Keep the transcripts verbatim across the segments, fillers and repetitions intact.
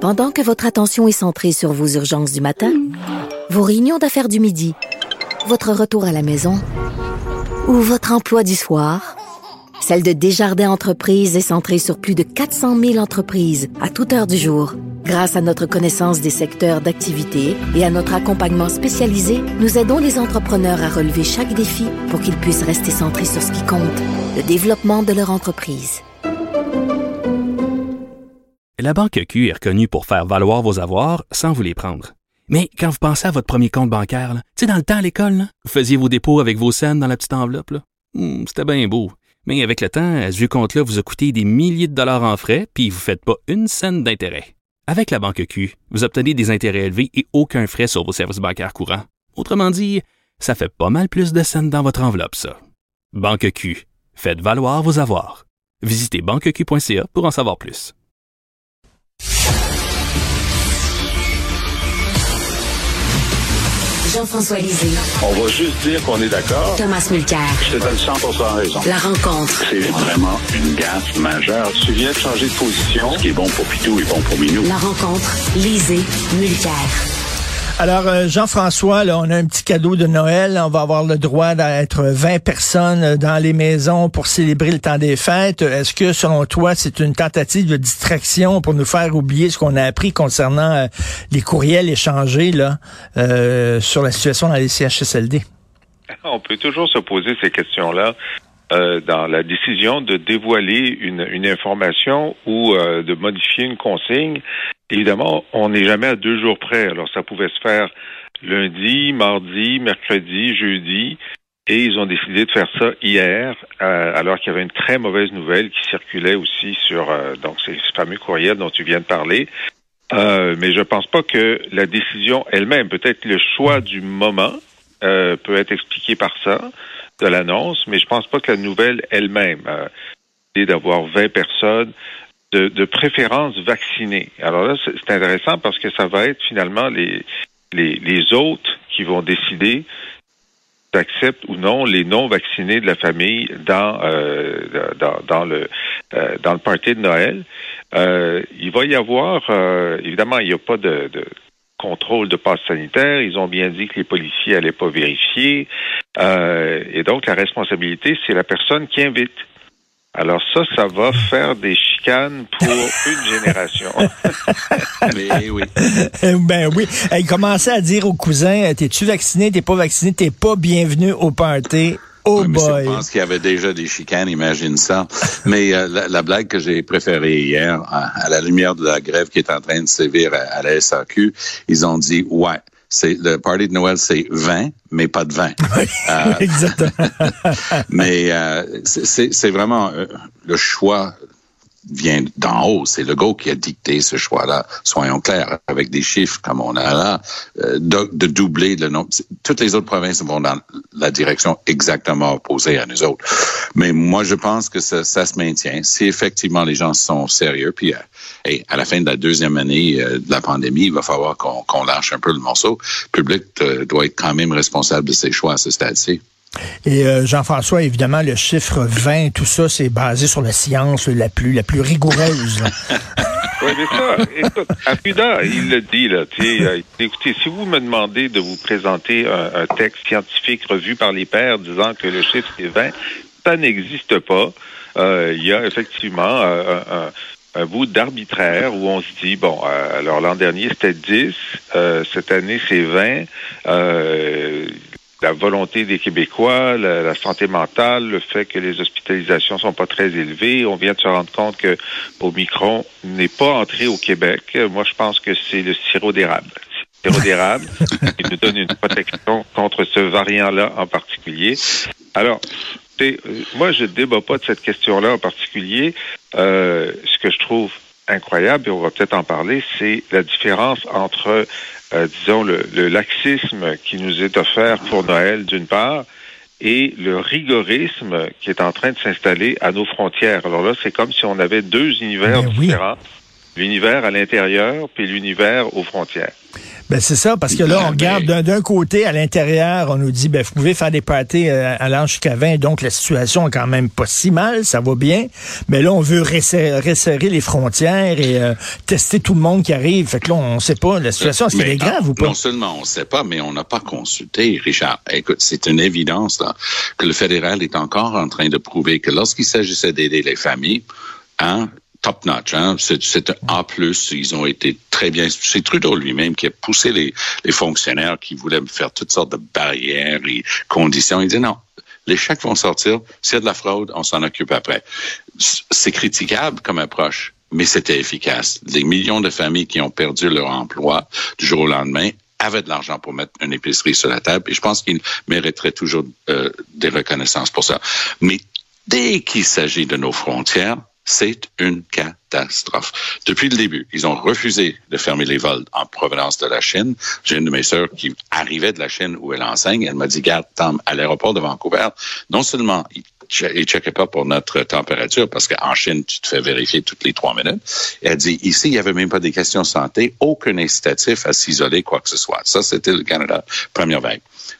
Pendant que votre attention est centrée sur vos urgences du matin, vos réunions d'affaires du midi, votre retour à la maison ou votre emploi du soir, celle de Desjardins Entreprises est centrée sur plus de quatre cent mille entreprises à toute heure du jour. Grâce à notre connaissance des secteurs d'activité et à notre accompagnement spécialisé, nous aidons les entrepreneurs à relever chaque défi pour qu'ils puissent rester centrés sur ce qui compte, le développement de leur entreprise. La Banque Q est reconnue pour faire valoir vos avoirs sans vous les prendre. Mais quand vous pensez à votre premier compte bancaire, tu sais, dans le temps à l'école, là, vous faisiez vos dépôts avec vos scènes dans la petite enveloppe. Là. Hum, c'était bien beau. Mais avec le temps, ce vieux compte-là vous a coûté des milliers de dollars en frais, puis vous ne faites pas une scène d'intérêt. Avec la Banque Q, vous obtenez des intérêts élevés et aucun frais sur vos services bancaires courants. Autrement dit, ça fait pas mal plus de scènes dans votre enveloppe, ça. Banque Q, faites valoir vos avoirs. Visitez banque q point c a pour en savoir plus. Jean-François Lisée. On va juste dire qu'on est d'accord. Thomas Mulcair. Je te donne cent pour cent raison. La rencontre. C'est vraiment une gaffe majeure. Tu viens de changer de position. Ce qui est bon pour Pitou est bon pour Minou. La rencontre. Lisée. Mulcair. Alors, euh, Jean-François, là, on a un petit cadeau de Noël. On va avoir le droit d'être vingt personnes dans les maisons pour célébrer le temps des fêtes. Est-ce que, selon toi, c'est une tentative de distraction pour nous faire oublier ce qu'on a appris concernant euh, les courriels échangés là euh, sur la situation dans les C H S L D? On peut toujours se poser ces questions-là euh, dans la décision de dévoiler une, une information ou euh, de modifier une consigne. Évidemment, on n'est jamais à deux jours près. Alors, ça pouvait se faire lundi, mardi, mercredi, jeudi, et ils ont décidé de faire ça hier, euh, alors qu'il y avait une très mauvaise nouvelle qui circulait aussi sur euh, donc ces fameux courriels dont tu viens de parler. Euh, mais je pense pas que la décision elle-même, peut-être le choix du moment, euh, peut être expliqué par ça, de l'annonce, mais je pense pas que la nouvelle elle-même, euh, c'est d'avoir vingt personnes, De, de préférence vaccinée. Alors là, c'est, c'est intéressant parce que ça va être finalement les, les, les autres qui vont décider d'accepter ou non les non-vaccinés de la famille dans, euh, dans, dans, le, euh, dans le party de Noël. Euh, il va y avoir, euh, évidemment, il n'y a pas de, de contrôle de passe sanitaire. Ils ont bien dit que les policiers n'allaient pas vérifier. Euh, et donc, la responsabilité, c'est la personne qui invite. Alors ça, ça va faire des chicanes pour une génération. Mais oui. Ben oui. Il commençait à dire aux cousins, t'es-tu vacciné, t'es pas vacciné, t'es pas bienvenu au party. Oh oui, boy. Je pense qu'il y avait déjà des chicanes, imagine ça. Mais euh, la, la blague que j'ai préférée hier, à, à la lumière de la grève qui est en train de sévir à, à la S A Q, ils ont dit, ouais, c'est le party de Noël, c'est vingt, mais pas de vin. Oui, euh, exactement. mais euh, c'est, c'est vraiment euh, le choix vient d'en haut. C'est le Legault qui a dicté ce choix-là. Soyons clairs, avec des chiffres comme on a là, euh, de, de doubler le nombre. Toutes les autres provinces vont dans la direction exactement opposée à nous autres. Mais moi, je pense que ça, ça se maintient. Si effectivement les gens sont sérieux, puis euh, hey, à la fin de la deuxième année euh, de la pandémie, il va falloir qu'on, qu'on lâche un peu le morceau. Le public euh, doit être quand même responsable de ses choix à ce stade-ci. Et euh, Jean-François, évidemment, le chiffre vingt, tout ça, c'est basé sur la science la plus la plus rigoureuse. Oui, mais ça, écoute, Arruda, il le dit, là, tu sais, écoutez, si vous me demandez de vous présenter un, un texte scientifique revu par les pairs disant que le chiffre est vingt, ça n'existe pas. Euh, il y a effectivement euh, un, un, un bout d'arbitraire où on se dit, bon, euh, alors l'an dernier, c'était dix, euh, cette année, c'est vingt, euh, la volonté des Québécois, la, la santé mentale, le fait que les hospitalisations sont pas très élevées. On vient de se rendre compte que Omicron n'est pas entré au Québec. Moi, je pense que c'est le sirop d'érable. Le sirop d'érable qui nous donne une protection contre ce variant-là en particulier. Alors, moi, je ne débat pas de cette question-là en particulier. Euh, ce que je trouve incroyable, et on va peut-être en parler, c'est la différence entre Euh, disons, le, le laxisme qui nous est offert pour Noël, d'une part, et le rigorisme qui est en train de s'installer à nos frontières. Alors là, c'est comme si on avait deux univers Mais oui. différents. L'univers à l'intérieur, puis l'univers aux frontières. Ben c'est ça, parce que là, on regarde d'un, d'un côté, à l'intérieur, on nous dit, ben vous pouvez faire des parties euh, allant jusqu'à vingt, donc la situation est quand même pas si mal, ça va bien. Mais là, on veut resserrer, resserrer les frontières et euh, tester tout le monde qui arrive. Fait que là, on sait pas, la situation, est-ce qu'elle est grave ou pas? Non seulement on sait pas, mais on n'a pas consulté, Richard. Écoute, c'est une évidence là, que le fédéral est encore en train de prouver que lorsqu'il s'agissait d'aider les familles, hein, top notch, hein. C'est, c'est un A plus. Ils ont été très bien. C'est Trudeau lui-même qui a poussé les, les fonctionnaires qui voulaient faire toutes sortes de barrières et conditions. Il dit non. Les chèques vont sortir. S'il y a de la fraude, on s'en occupe après. C'est critiquable comme approche, mais c'était efficace. Les millions de familles qui ont perdu leur emploi du jour au lendemain avaient de l'argent pour mettre une épicerie sur la table. Et je pense qu'ils mériteraient toujours euh, des reconnaissances pour ça. Mais dès qu'il s'agit de nos frontières, c'est une catastrophe. Depuis le début, ils ont refusé de fermer les vols en provenance de la Chine. J'ai une de mes sœurs qui arrivait de la Chine où elle enseigne. Elle m'a dit, garde, Tom, à l'aéroport de Vancouver, non seulement ils ne checkaient pas pour notre température, parce qu'en Chine, tu te fais vérifier toutes les trois minutes. Elle dit, ici, il n'y avait même pas des questions de santé, aucun incitatif à s'isoler, quoi que ce soit. Ça, c'était le Canada, première vague.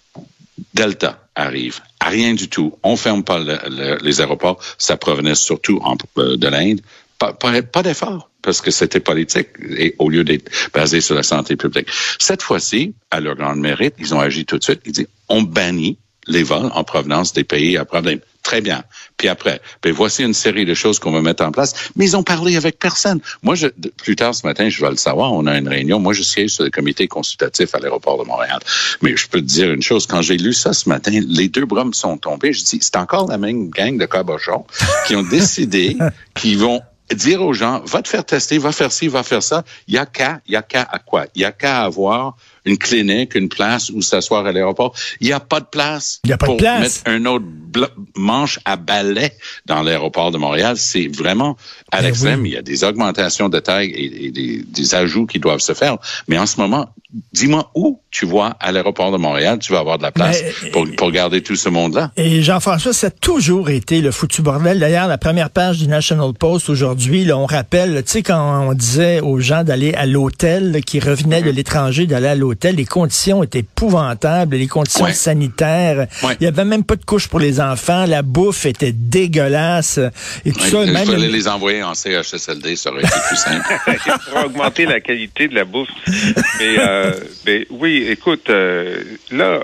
Delta arrive. À rien du tout. On ferme pas le, le, les aéroports. Ça provenait surtout en, euh, de l'Inde. Pas, pas, pas d'effort, parce que c'était politique, et au lieu d'être basé sur la santé publique. Cette fois-ci, à leur grand mérite, ils ont agi tout de suite. Ils disent, on bannit les vols en provenance des pays à problème. Très bien. Puis après, puis voici une série de choses qu'on va mettre en place. Mais ils ont parlé avec personne. Moi, je, plus tard ce matin, je vais le savoir, on a une réunion. Moi, je siège sur le comité consultatif à l'aéroport de Montréal. Mais je peux te dire une chose. Quand j'ai lu ça ce matin, les deux bras me sont tombés. Je dis, c'est encore la même gang de cabochons qui ont décidé qu'ils vont dire aux gens, va te faire tester, va faire ci, va faire ça. Il y a qu'à, il y a qu'à à quoi? Il y a qu'à avoir une clinique, une place où s'asseoir à l'aéroport. Il n'y a pas de place il y a pas pour de place. mettre un autre blo- manche à balai dans l'aéroport de Montréal. C'est vraiment à Ben l'extrême. oui. Il y a des augmentations de taille et, et des, des ajouts qui doivent se faire. Mais en ce moment, dis-moi où tu vois à l'aéroport de Montréal, tu vas avoir de la place Mais, pour, pour garder tout ce monde-là. Et Jean-François, ça a toujours été le foutu bordel. D'ailleurs, la première page du National Post aujourd'hui, là, on rappelle, tu sais, quand on disait aux gens d'aller à l'hôtel, là, qui revenaient de l'étranger, d'aller à l'hôtel, les conditions étaient épouvantables, les conditions Ouais. sanitaires. Ouais. Il y avait même pas de couche pour les enfants, la bouffe était dégueulasse et tout Ouais, ça. il Même fallait les envoyer en C H S L D, ça aurait été plus simple. Pour augmenter la qualité de la bouffe. Mais, euh, mais oui, écoute, euh, là,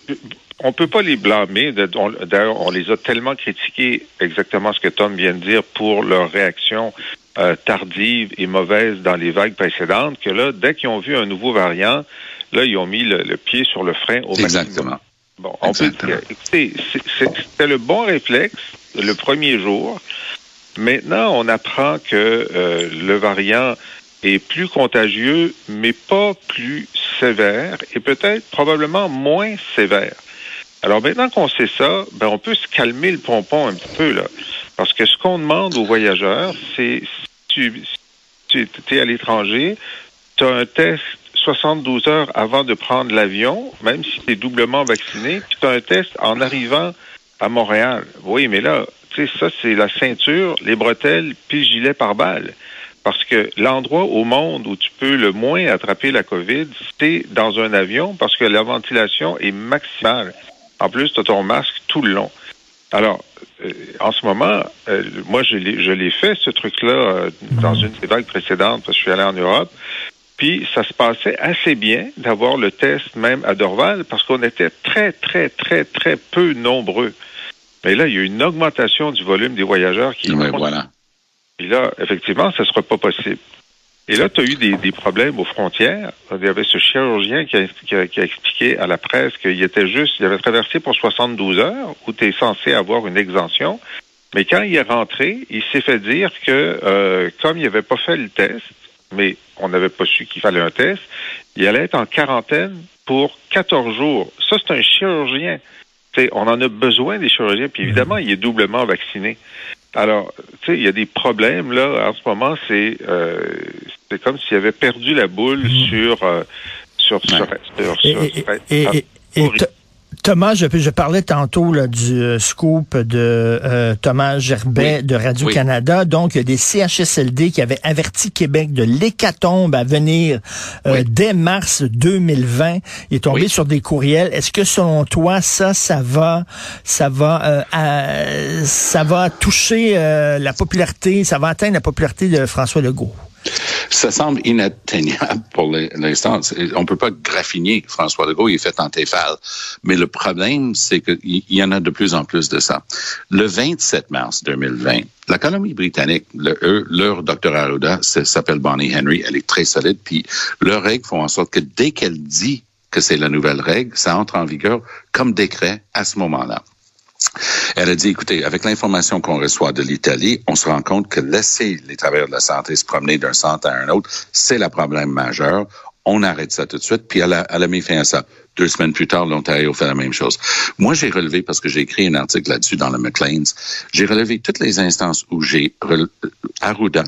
on peut pas les blâmer. On, d'ailleurs, on les a tellement critiqués, exactement ce que Tom vient de dire, pour leur réaction euh, tardive et mauvaise dans les vagues précédentes, que là, dès qu'ils ont vu un nouveau variant, là, ils ont mis le, le pied sur le frein au maximum. Exactement. Bon, on Exactement. peut, écoutez, c'est, c'est, c'était le bon réflexe le premier jour. Maintenant, on apprend que euh, le variant est plus contagieux, mais pas plus sévère, et peut-être probablement moins sévère. Alors maintenant qu'on sait ça, ben on peut se calmer le pompon un petit peu là, parce que ce qu'on demande aux voyageurs, c'est si tu si es à l'étranger, tu as un test soixante-douze heures avant de prendre l'avion, même si tu es doublement vacciné, puis tu as un test en arrivant à Montréal. Oui, mais là, tu sais, ça, c'est la ceinture, les bretelles, puis le gilet pare-balles. Parce que l'endroit au monde où tu peux le moins attraper la COVID, c'est dans un avion, parce que la ventilation est maximale. En plus, tu as ton masque tout le long. Alors, euh, en ce moment, euh, moi, je l'ai, je l'ai fait, ce truc-là, euh, dans une des vagues précédentes, parce que je suis allé en Europe. Puis, ça se passait assez bien d'avoir le test même à Dorval, parce qu'on était très, très, très, très peu nombreux. Mais là, il y a une augmentation du volume des voyageurs qui... Oui, voilà. Puis là, effectivement, ça ne sera pas possible. Et là, tu as eu des, des problèmes aux frontières. Il y avait ce chirurgien qui a, qui a, qui a expliqué à la presse qu'il était juste, il avait traversé pour soixante-douze heures, où tu es censé avoir une exemption. Mais quand il est rentré, il s'est fait dire que, euh, comme il n'avait pas fait le test, mais on n'avait pas su qu'il fallait un test, il allait être en quarantaine pour quatorze jours. Ça, c'est un chirurgien. T'sais, on en a besoin des chirurgiens, puis évidemment, il est doublement vacciné. Alors, tu sais, il y a des problèmes, là, en ce moment, c'est euh, c'est comme s'il avait perdu la boule mmh. sur, euh, sur, ouais. sur, sur, et, sur, et, et, et, et Thomas, je, je parlais tantôt là, du euh, scoop de euh, Thomas Gerbet oui. de Radio-Canada. Oui. Donc, il y a des C H S L D qui avaient averti Québec de l'hécatombe à venir euh, oui. dès mars deux mille vingt. Il est tombé oui. sur des courriels. Est-ce que selon toi, ça, ça va, ça va, euh, à, ça va toucher euh, la popularité, ça va atteindre la popularité de François Legault? Ça semble inatteignable pour l'instant. On peut pas graffiner François Legault, il est fait en Tefal. Mais le problème, c'est qu'il y en a de plus en plus de ça. Le vingt-sept mars deux mille vingt, la Colombie-Britannique, le, eux, leur docteur Arruda s'appelle Bonnie Henry, elle est très solide, puis leurs règles font en sorte que dès qu'elle dit que c'est la nouvelle règle, ça entre en vigueur comme décret à ce moment-là. Elle a dit, écoutez, avec l'information qu'on reçoit de l'Italie, on se rend compte que laisser les travailleurs de la santé se promener d'un centre à un autre, c'est le problème majeur. On arrête ça tout de suite. Puis elle a, elle a mis fin à ça. Deux semaines plus tard, l'Ontario fait la même chose. Moi, j'ai relevé, parce que j'ai écrit un article là-dessus dans le Maclean's, j'ai relevé toutes les instances où j'ai rele... Arruda,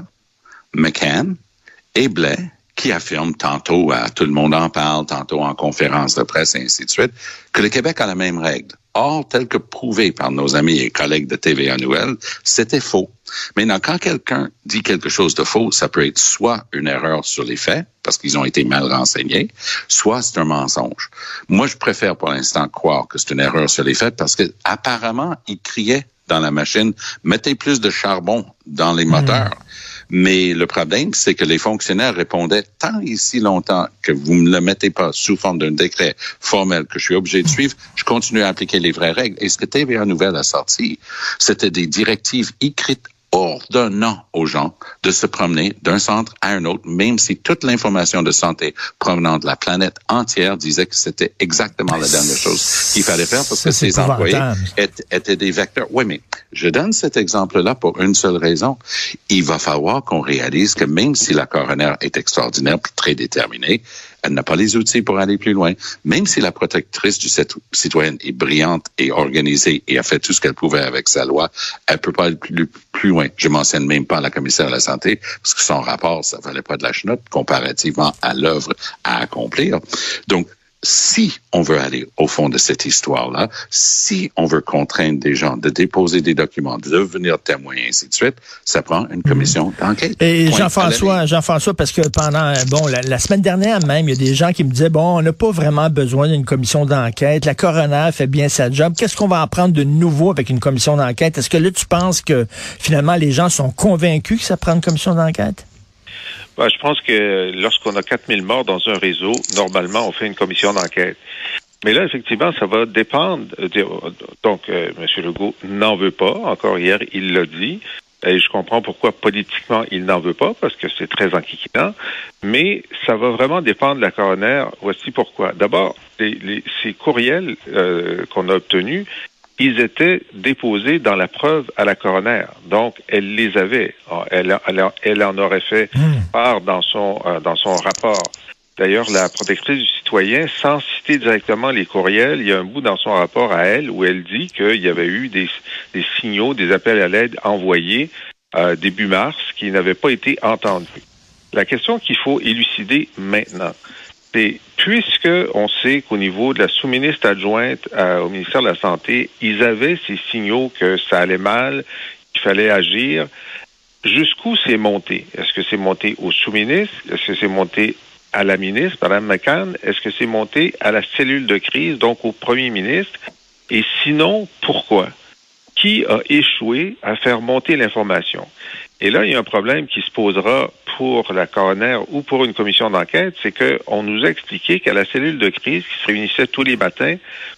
McCann et Blais, qui affirment tantôt, à tout le monde en parle, tantôt en conférence de presse et ainsi de suite, que le Québec a la même règle. Or, tel que prouvé par nos amis et collègues de T V A Nouvelles, c'était faux. Maintenant, quand quelqu'un dit quelque chose de faux, ça peut être soit une erreur sur les faits, parce qu'ils ont été mal renseignés, soit c'est un mensonge. Moi, je préfère pour l'instant croire que c'est une erreur sur les faits, parce que apparemment, ils criaient dans la machine, mettez plus de charbon dans les moteurs. Mmh. Mais le problème, c'est que les fonctionnaires répondaient tant et si longtemps que vous ne me le mettez pas sous forme d'un décret formel que je suis obligé de suivre, je continue à appliquer les vraies règles. Et ce que T V A Nouvelles a sorti, c'était des directives écrites ordonnant aux gens de se promener d'un centre à un autre, même si toute l'information de santé provenant de la planète entière disait que c'était exactement la dernière chose qu'il fallait faire parce que ces employés étaient, étaient des vecteurs. Oui, mais je donne cet exemple-là pour une seule raison. Il va falloir qu'on réalise que même si la coroner est extraordinaire et très déterminée, elle n'a pas les outils pour aller plus loin. Même si la protectrice du citoyen est brillante et organisée et a fait tout ce qu'elle pouvait avec sa loi, elle peut pas aller plus, plus loin. Je mentionne même pas la commissaire de la santé parce que son rapport, ça valait pas de la chenoute comparativement à l'œuvre à accomplir. Donc, si on veut aller au fond de cette histoire-là, si on veut contraindre des gens de déposer des documents, de devenir témoins et ainsi de suite, ça prend une commission mmh. d'enquête. Et Point Jean-François, Jean-François, parce que pendant, bon, la, la semaine dernière même, il y a des gens qui me disaient, bon, on n'a pas vraiment besoin d'une commission d'enquête, la coroner fait bien sa job, qu'est-ce qu'on va apprendre de nouveau avec une commission d'enquête? Est-ce que là, tu penses que finalement, les gens sont convaincus que ça prend une commission d'enquête? Ben, je pense que lorsqu'on a quatre mille morts dans un réseau, normalement, on fait une commission d'enquête. Mais là, effectivement, ça va dépendre. Donc, euh, M. Legault n'en veut pas. Encore hier, il l'a dit. Et je comprends pourquoi politiquement, il n'en veut pas, parce que c'est très enquiquinant. Mais ça va vraiment dépendre de la coroner. Voici pourquoi. D'abord, les, les, ces courriels euh, qu'on a obtenus, ils étaient déposés dans la preuve à la coroner. Donc, elle les avait. Elle, elle, elle en aurait fait part dans son, euh, dans son rapport. D'ailleurs, la protectrice du citoyen, sans citer directement les courriels, il y a un bout dans son rapport à elle où elle dit qu'il y avait eu des, des signaux, des appels à l'aide envoyés euh, début mars qui n'avaient pas été entendus. La question qu'il faut élucider maintenant, c'est, puisque on sait qu'au niveau de la sous-ministre adjointe euh, au ministère de la Santé, ils avaient ces signaux que ça allait mal, qu'il fallait agir, jusqu'où c'est monté? Est-ce que c'est monté au sous-ministre? Est-ce que c'est monté à la ministre, Mme McCann? Est-ce que c'est monté à la cellule de crise, donc au premier ministre? Et sinon, pourquoi? Qui a échoué à faire monter l'information? Et là, il y a un problème qui se posera pour la coroner ou pour une commission d'enquête, c'est qu'on nous a expliqué qu'à la cellule de crise qui se réunissait tous les matins,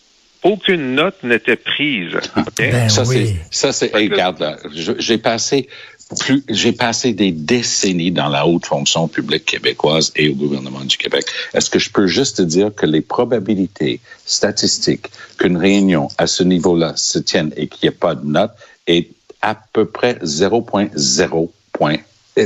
aucune note n'était prise. Okay? Ben ça, oui. c'est, ça, c'est, hey, regarde, là, j'ai passé plus, j'ai passé des décennies dans la haute fonction publique québécoise et au gouvernement du Québec. Est-ce que je peux juste te dire que les probabilités statistiques qu'une réunion à ce niveau-là se tienne et qu'il n'y ait pas de note est à peu près zéro virgule zéro point.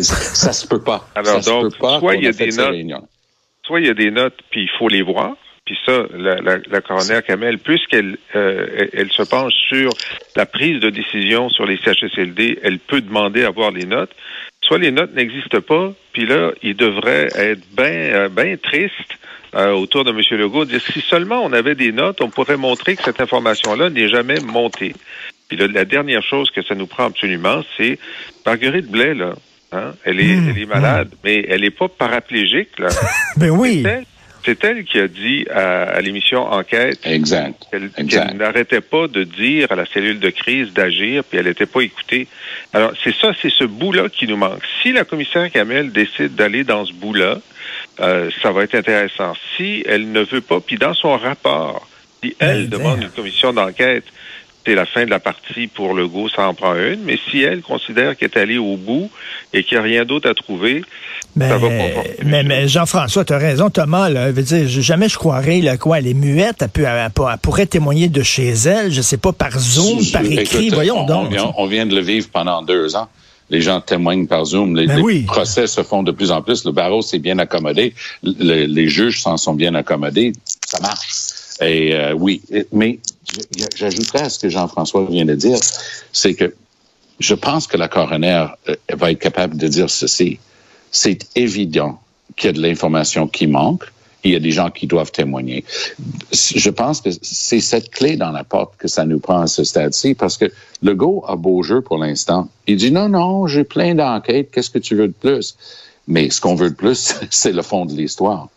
Ça se peut pas. Alors ça donc, se peut pas soit il y a des notes, soit il y a des notes, puis il faut les voir. Puis ça, la, la, la coroner Kamel, puisqu'elle euh, elle, elle se penche sur la prise de décision sur les C H S L D, elle peut demander à voir les notes. Soit les notes n'existent pas, puis là, il devrait être bien euh, ben triste euh, autour de M. Legault, dire si seulement on avait des notes, on pourrait montrer que cette information-là n'est jamais montée. Puis là, la dernière chose que ça nous prend absolument, c'est Marguerite Blais, là. Hein? Elle est, mmh, elle est malade, mmh. mais elle n'est pas paraplégique, là. Ben oui. C'est elle, c'est elle qui a dit à, à l'émission Enquête exact. qu'elle, exact. qu'elle n'arrêtait pas de dire à la cellule de crise d'agir, puis elle n'était pas écoutée. Alors, c'est ça, c'est ce bout-là qui nous manque. Si la commissaire Kamel décide d'aller dans ce bout-là, euh, ça va être intéressant. Si elle ne veut pas, puis dans son rapport, si elle ben, demande ben. une commission d'enquête, c'est la fin de la partie pour Legault, ça en prend une. Mais si elle considère qu'elle est allée au bout et qu'il n'y a rien d'autre à trouver, mais, ça va comporter. Mais, mais Jean-François, tu as raison, Thomas. Là, veut dire, jamais je croirais là, quoi, elle est muette, elle, peut, elle, elle pourrait témoigner de chez elle, je sais pas, par Zoom, par écrit, écoute, voyons on, donc. On vient, on vient de le vivre pendant deux ans. Les gens témoignent par Zoom. Les, les oui. procès se font de plus en plus. Le barreau s'est bien accommodé. Le, les juges s'en sont bien accommodés. Ça marche. Et euh, oui, mais j'ajouterais à ce que Jean-François vient de dire, c'est que je pense que la coroner euh, va être capable de dire ceci. C'est évident qu'il y a de l'information qui manque. Il y a des gens qui doivent témoigner. Je pense que c'est cette clé dans la porte que ça nous prend à ce stade-ci, parce que Legault a beau jeu pour l'instant. Il dit non, non, j'ai plein d'enquêtes, qu'est-ce que tu veux de plus? Mais ce qu'on veut de plus, c'est le fond de l'histoire.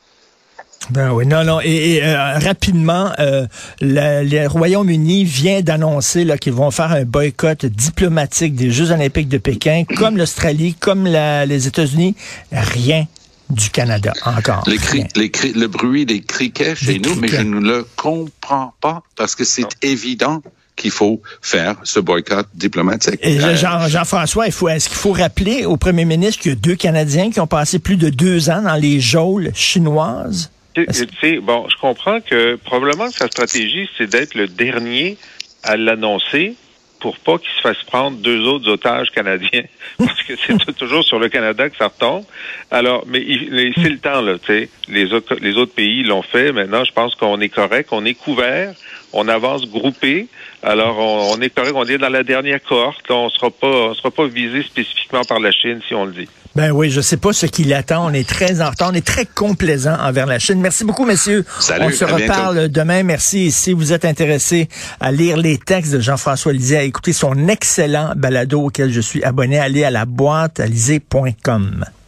Ben oui, non, non. Et, et euh, rapidement, euh, le, le Royaume-Uni vient d'annoncer là, qu'ils vont faire un boycott diplomatique des Jeux olympiques de Pékin, comme l'Australie, comme la, les États-Unis. Rien du Canada, encore. Les cri, les cri, le bruit des criquets chez des nous, criquets. Mais je ne le comprends pas, parce que c'est non. évident qu'il faut faire ce boycott diplomatique. Et Jean, Jean-François, il faut, est-ce qu'il faut rappeler au premier ministre qu'il y a deux Canadiens qui ont passé plus de deux ans dans les geôles chinoises? Tu sais, bon, je comprends que probablement que sa stratégie, c'est d'être le dernier à l'annoncer pour pas qu'il se fasse prendre deux autres otages canadiens, parce que c'est toujours sur le Canada que ça retombe. Alors, mais il, c'est le temps, là, tu sais. Les autres, les autres pays l'ont fait. Maintenant, je pense qu'on est correct, on est couvert, on avance groupé. Alors, on, on est correct, on est dans la dernière cohorte. Là, on sera pas, on sera pas visé spécifiquement par la Chine, si on le dit. Ben oui, je sais pas ce qui l'attend. On est très en retard. On est très complaisant envers la Chine. Merci beaucoup, messieurs. Salut, on se reparle bientôt. Demain. Merci. Et si vous êtes intéressé à lire les textes de Jean-François Lisée, à écouter son excellent balado auquel je suis abonné, allez à la boîte alizé point com.